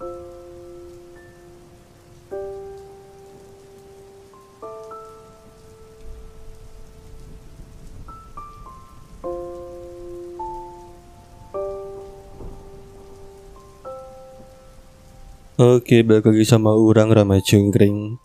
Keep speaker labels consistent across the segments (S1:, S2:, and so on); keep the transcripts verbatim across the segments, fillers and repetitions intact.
S1: Oke, balik lagi sama Urang Ramai Cungkring.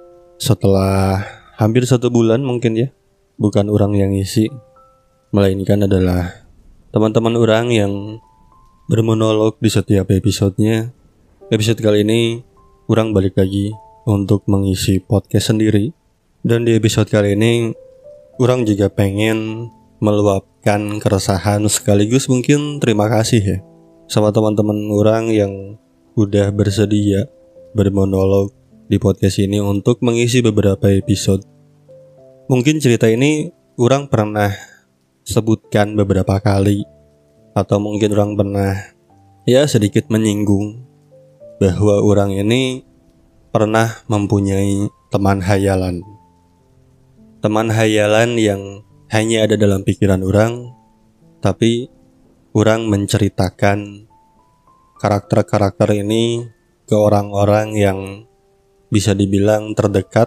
S1: Setelah hampir satu bulan mungkin ya, bukan Urang yang isi, melainkan adalah teman-teman Urang yang bermonolog di setiap episodenya. Episode kali ini Urang balik lagi untuk mengisi podcast sendiri. Dan di episode kali ini Urang juga pengen meluapkan keresahan sekaligus mungkin terima kasih ya sama teman-teman Urang yang udah bersedia bermonolog di podcast ini untuk mengisi beberapa episode. Mungkin cerita ini Urang pernah sebutkan beberapa kali, atau mungkin Urang pernah ya sedikit menyinggung bahwa Urang ini pernah mempunyai teman hayalan. Teman hayalan yang hanya ada dalam pikiran Urang, tapi Urang menceritakan karakter-karakter ini ke orang-orang yang bisa dibilang terdekat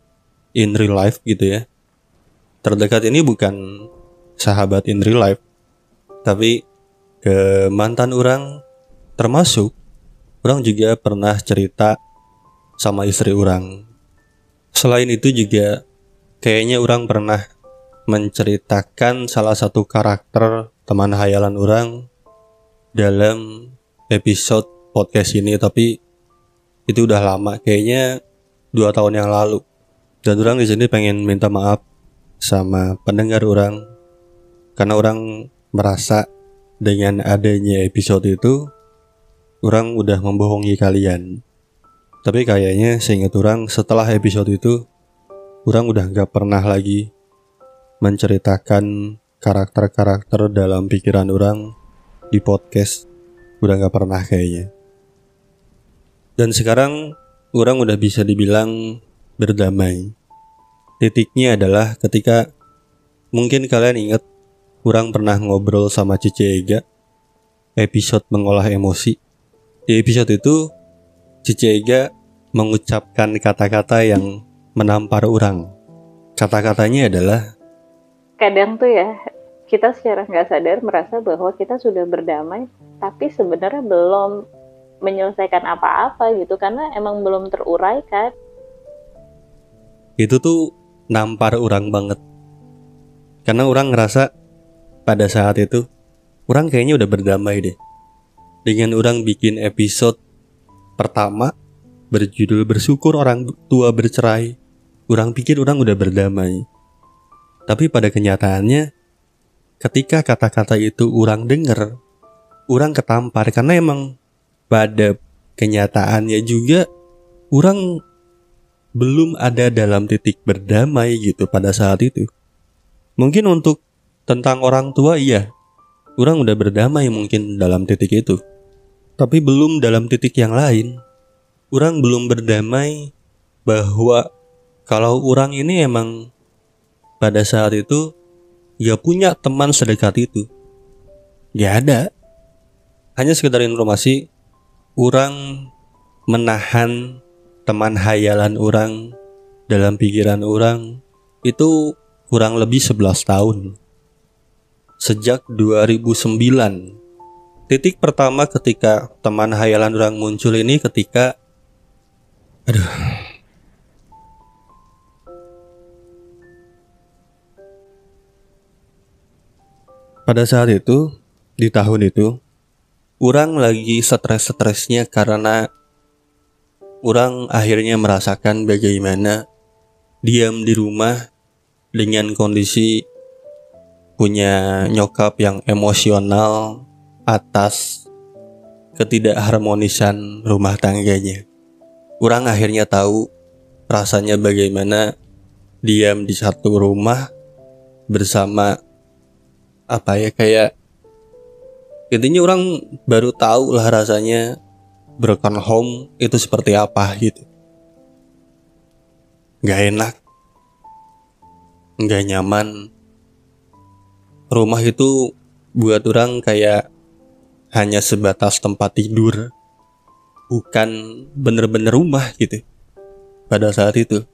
S1: in real life gitu ya. Terdekat ini bukan sahabat in real life, tapi ke mantan Urang, termasuk Urang juga pernah cerita sama istri Urang. Selain itu juga kayaknya Urang pernah menceritakan salah satu karakter teman hayalan Urang dalam episode podcast ini, tapi itu udah lama, kayaknya dua tahun yang lalu. Dan Urang di sini pengen minta maaf sama pendengar Urang karena Urang merasa dengan adanya episode itu Urang udah membohongi kalian. Tapi kayaknya seingat Urang setelah episode itu Urang udah gak pernah lagi menceritakan karakter-karakter dalam pikiran Urang di podcast. Udah gak pernah kayaknya. Dan sekarang Urang udah bisa dibilang berdamai. Titiknya adalah ketika mungkin kalian ingat Urang pernah ngobrol sama Cici Ega, episode mengolah emosi. Di episode itu Cici Ega mengucapkan kata-kata yang menampar Urang. Kata-katanya adalah,
S2: kadang tuh ya kita secara gak sadar merasa bahwa kita sudah berdamai, tapi sebenarnya belum menyelesaikan apa-apa gitu, karena emang belum teruraikan.
S1: Itu tuh nampar Urang banget. Karena Urang ngerasa pada saat itu Urang kayaknya udah berdamai deh. Dengan Urang bikin episode pertama berjudul Bersyukur Orang Tua Bercerai, Urang pikir Urang udah berdamai. Tapi pada kenyataannya ketika kata-kata itu Urang denger, Urang ketampar. Karena emang pada kenyataannya juga Urang belum ada dalam titik berdamai gitu pada saat itu. Mungkin untuk tentang orang tua iya, Urang udah berdamai mungkin dalam titik itu, tapi belum dalam titik yang lain. Urang belum berdamai bahwa kalau Urang ini emang pada saat itu gak punya teman sedekat itu. Gak ada. Hanya sekedar informasi, Urang menahan teman hayalan Urang dalam pikiran Urang itu kurang lebih sebelas tahun. Sejak dua ribu sembilan. Titik pertama ketika teman hayalan Urang muncul ini ketika Aduh Pada saat itu, di tahun itu, Urang lagi stres-stresnya karena Urang akhirnya merasakan bagaimana diam di rumah dengan kondisi punya nyokap yang emosional atas ketidakharmonisan rumah tangganya. Urang akhirnya tahu rasanya bagaimana diam di satu rumah bersama apa ya kayak intinya Urang baru tahu lah rasanya broken home itu seperti apa gitu. Gak enak, gak nyaman. Rumah itu buat Urang kayak hanya sebatas tempat tidur. bukan bener-bener rumah gitu pada saat itu.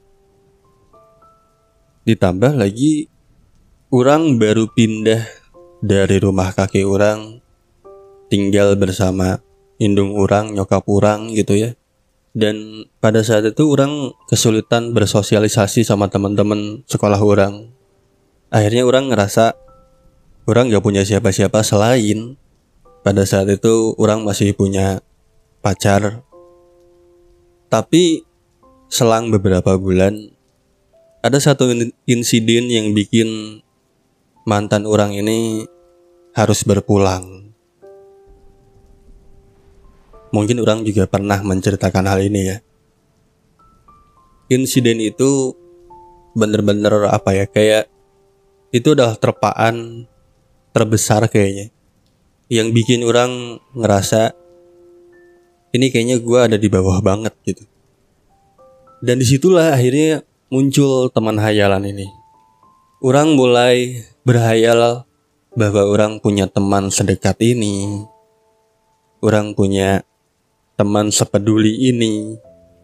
S1: Ditambah lagi orang baru pindah dari rumah kakek orang, tinggal bersama indung orang, nyokap orang gitu ya. Dan pada saat itu orang kesulitan bersosialisasi sama teman-teman sekolah orang. Akhirnya orang ngerasa orang gak punya siapa-siapa selain pada saat itu orang masih punya pacar. Tapi selang beberapa bulan ada satu insiden yang bikin mantan orang ini harus berpulang. Mungkin orang juga pernah menceritakan hal ini ya. Insiden itu bener-bener apa ya, kayak itu adalah terpaan terbesar kayaknya, yang bikin orang ngerasa ini kayaknya gue ada di bawah banget gitu. Dan disitulah akhirnya muncul teman hayalan ini. Orang mulai berhayal bahwa orang punya teman sedekat ini, orang punya teman sepeduli ini.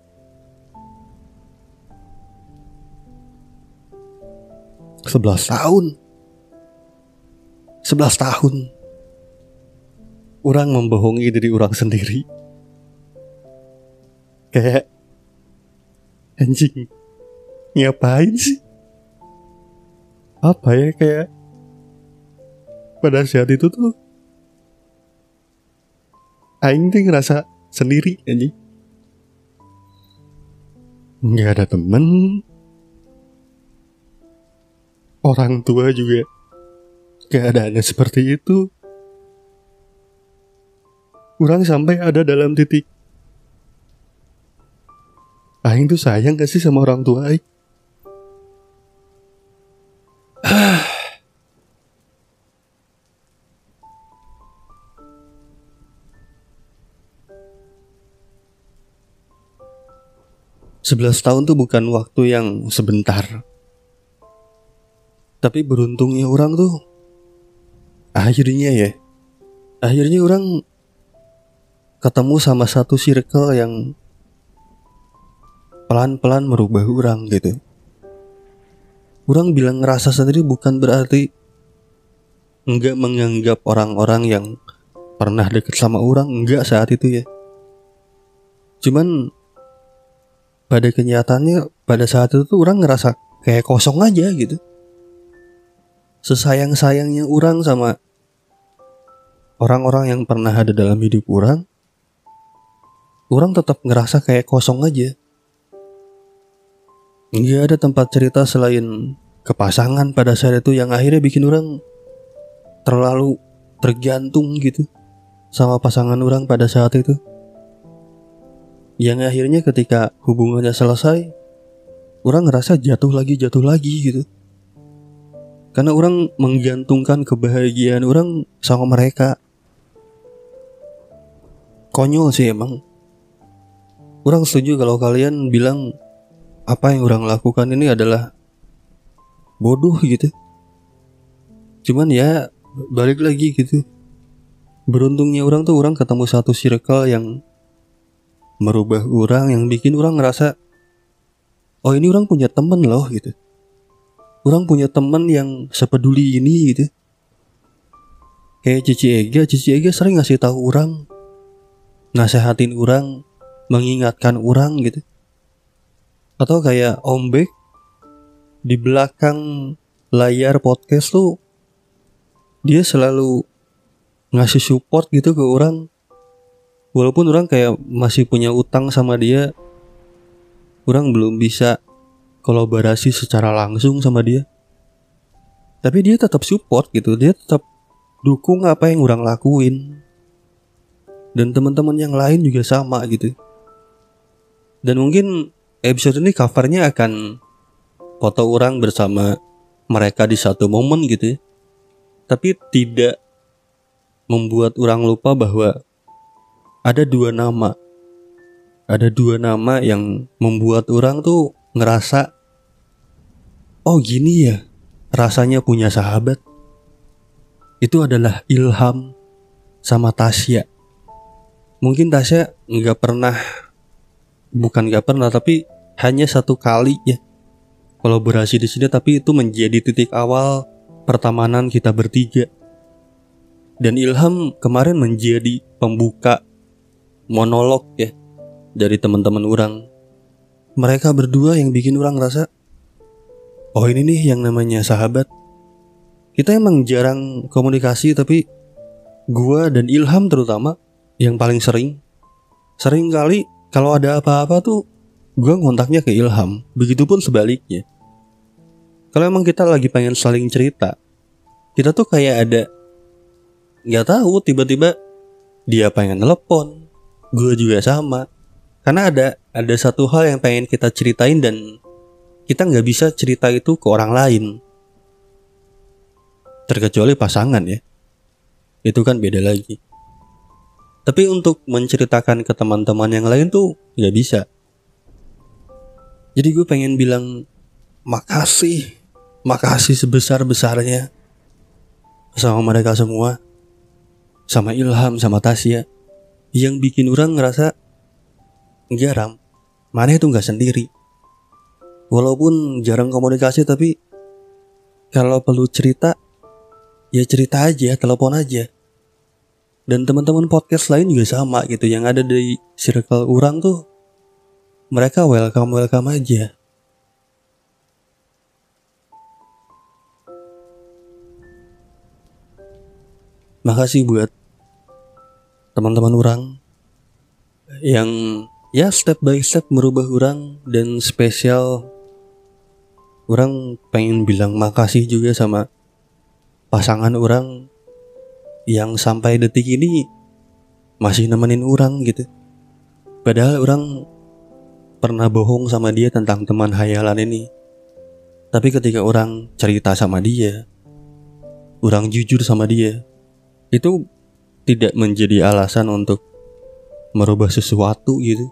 S1: Sebelas tahun Sebelas tahun orang membohongi diri orang sendiri. Kayak anjing, ngapain sih? Apa ya, kayak pada saat itu tuh aing tuh ngerasa sendiri anjing. Nggak ada temen, orang tua juga keadaannya seperti itu. Orang sampai ada dalam titik, aing tuh sayang gak sih sama orang tua aing? Sebelas tahun tuh bukan waktu yang sebentar. Tapi beruntungnya orang tuh Akhirnya ya Akhirnya orang ketemu sama satu circle yang pelan-pelan merubah orang gitu. Orang bilang ngerasa sendiri bukan berarti enggak menganggap orang-orang yang pernah deket sama orang, enggak saat itu ya. Cuman pada kenyataannya pada saat itu tuh orang ngerasa kayak kosong aja gitu. Sesayang-sayangnya orang sama orang-orang yang pernah ada dalam hidup orang, orang tetap ngerasa kayak kosong aja. Nggak ada tempat cerita selain kepasangan pada saat itu yang akhirnya bikin orang terlalu tergantung gitu sama pasangan orang pada saat itu. Yang akhirnya ketika hubungannya selesai, orang ngerasa jatuh lagi, jatuh lagi gitu. Karena orang menggantungkan kebahagiaan orang sama mereka. Konyol sih emang. Orang setuju kalau kalian bilang apa yang orang lakukan ini adalah bodoh gitu. Cuman ya balik lagi gitu. Beruntungnya orang tuh orang ketemu satu circle yang merubah orang, yang bikin orang ngerasa oh ini orang punya temen loh gitu. Orang punya temen yang sepeduli ini gitu. Kayak Cici Ega, Cici Ega sering ngasih tahu orang, nasehatin orang, mengingatkan orang gitu. Atau kayak Om Bek di belakang layar podcast tuh dia selalu ngasih support gitu ke orang. Walaupun orang kayak masih punya utang sama dia, orang belum bisa kolaborasi secara langsung sama dia, tapi dia tetap support gitu. Dia tetap dukung apa yang orang lakuin. Dan teman-teman yang lain juga sama gitu. Dan mungkin episode ini covernya akan foto orang bersama mereka di satu momen gitu ya. Tapi tidak membuat orang lupa bahwa ada dua nama. Ada dua nama yang membuat orang tuh ngerasa oh gini ya rasanya punya sahabat. Itu adalah Ilham sama Tasya. Mungkin Tasya nggak pernah, bukan nggak pernah, tapi hanya satu kali ya kolaborasi di sini, tapi itu menjadi titik awal pertemanan kita bertiga. Dan Ilham kemarin menjadi pembuka monolog ya dari teman-teman orang. Mereka berdua yang bikin orang rasa, oh ini nih yang namanya sahabat. Kita emang jarang komunikasi, tapi gua dan Ilham terutama yang paling sering. Sering kali kalau ada apa-apa tuh gua ngontaknya ke Ilham. Begitupun sebaliknya. Kalau emang kita lagi pengen saling cerita, kita tuh kayak ada, gak tahu, tiba-tiba dia pengen telepon, gua juga sama. Karena ada ada satu hal yang pengen kita ceritain dan kita gak bisa cerita itu ke orang lain. Terkecuali pasangan ya, itu kan beda lagi. Tapi untuk menceritakan ke teman-teman yang lain tuh gak bisa. Jadi gue pengen bilang makasih, makasih sebesar-besarnya sama mereka semua, sama Ilham, sama Tasya, yang bikin orang ngerasa garam, mana itu gak sendiri. Walaupun jarang komunikasi, tapi kalau perlu cerita, ya cerita aja, telepon aja. Dan teman-teman podcast lain juga sama gitu, yang ada di circle orang tuh, mereka welcome-welcome aja. Makasih buat teman-teman orang yang ya step by step merubah orang. Dan spesial orang pengen bilang makasih juga sama pasangan orang yang sampai detik ini masih nemenin orang gitu. Padahal orang pernah bohong sama dia tentang teman hayalan ini. Tapi ketika orang cerita sama dia, orang jujur sama dia, itu tidak menjadi alasan untuk merubah sesuatu gitu.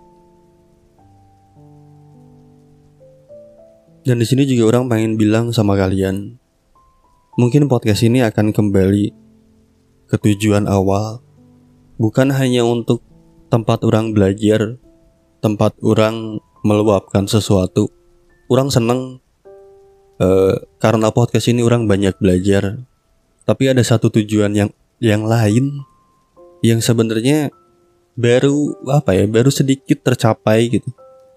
S1: Dan di sini juga orang pengen bilang sama kalian, mungkin podcast ini akan kembali ke tujuan awal, bukan hanya untuk tempat orang belajar, tempat orang meluapkan sesuatu. Orang seneng uh, karena podcast ini orang banyak belajar. Tapi ada satu tujuan yang yang lain yang sebenarnya baru apa ya, baru sedikit tercapai gitu.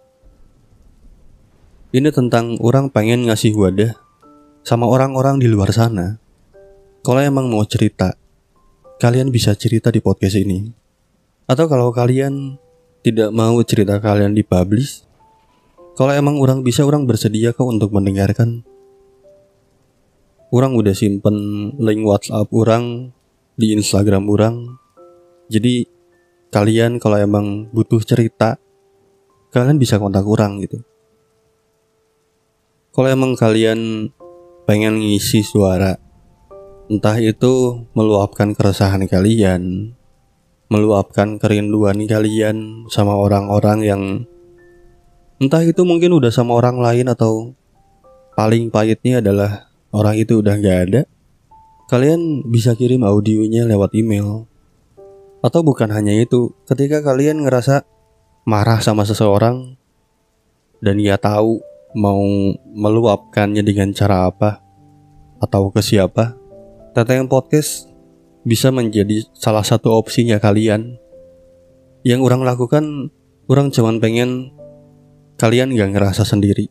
S1: Ini tentang orang pengen ngasih wadah sama orang-orang di luar sana. Kalau emang mau cerita, kalian bisa cerita di podcast ini. Atau kalau kalian tidak mau cerita kalian dipublish, kalau emang orang bisa, orang bersedia kok untuk mendengarkan. Orang udah simpen link WhatsApp orang di Instagram orang. Jadi kalian kalau emang butuh cerita, kalian bisa kontak orang gitu. Kalau emang kalian pengen ngisi suara, entah itu meluapkan keresahan kalian, meluapkan kerinduan kalian sama orang-orang yang entah itu mungkin udah sama orang lain, atau paling pahitnya adalah orang itu udah gak ada, kalian bisa kirim audionya lewat email. Atau bukan hanya itu, ketika kalian ngerasa marah sama seseorang dan ya tahu mau meluapkannya dengan cara apa atau ke siapa, Teteh Podcast bisa menjadi salah satu opsinya kalian. Yang orang lakukan, orang cuman pengen kalian gak ngerasa sendiri.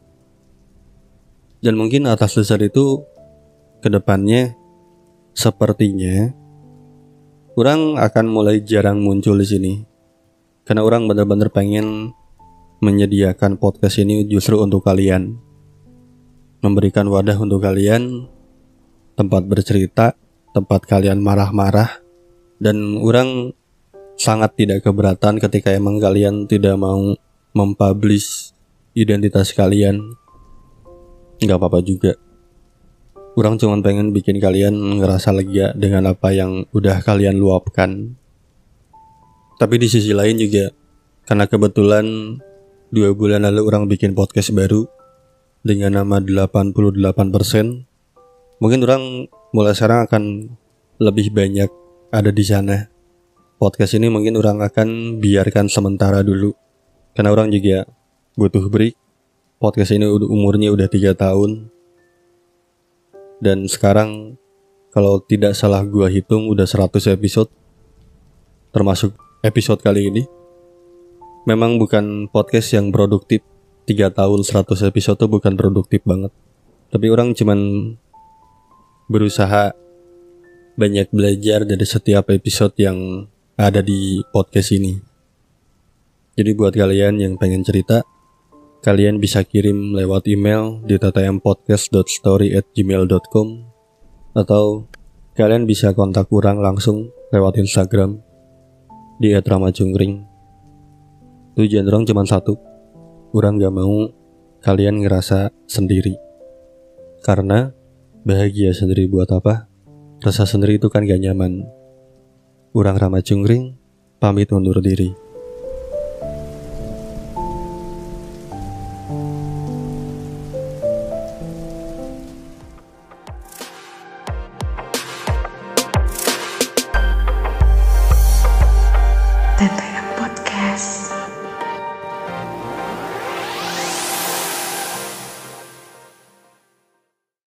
S1: Dan mungkin atas dasar itu, kedepannya sepertinya orang akan mulai jarang muncul di sini, karena orang benar-benar pengen menyediakan podcast ini justru untuk kalian, memberikan wadah untuk kalian, tempat bercerita, tempat kalian marah-marah. Dan orang sangat tidak keberatan ketika emang kalian tidak mau mempublish identitas kalian. Gak apa-apa juga. Orang cuma pengen bikin kalian ngerasa lega dengan apa yang udah kalian luapkan. Tapi di sisi lain juga, karena kebetulan dua bulan lalu orang bikin podcast baru dengan nama delapan puluh delapan persen. Mungkin orang mulai sekarang akan lebih banyak ada di sana. podcast ini mungkin orang akan biarkan sementara dulu, karena orang juga butuh break. Podcast ini umurnya udah tiga tahun, dan sekarang kalau tidak salah gua hitung udah seratus episode, termasuk episode kali ini. Memang bukan podcast yang produktif. Tiga tahun seratus episode itu bukan produktif banget. Tapi orang cuman berusaha banyak belajar dari setiap episode yang ada di podcast ini. Jadi buat kalian yang pengen cerita, kalian bisa kirim lewat email di t t m podcast dot story at gmail dot com, atau kalian bisa kontak orang langsung lewat Instagram di et ramajungkring. Tujuan orang cuma satu, orang gak mau kalian ngerasa sendiri. Karena bahagia sendiri buat apa? Rasa sendiri itu kan gak nyaman. Urang Ramajungkring pamit undur diri.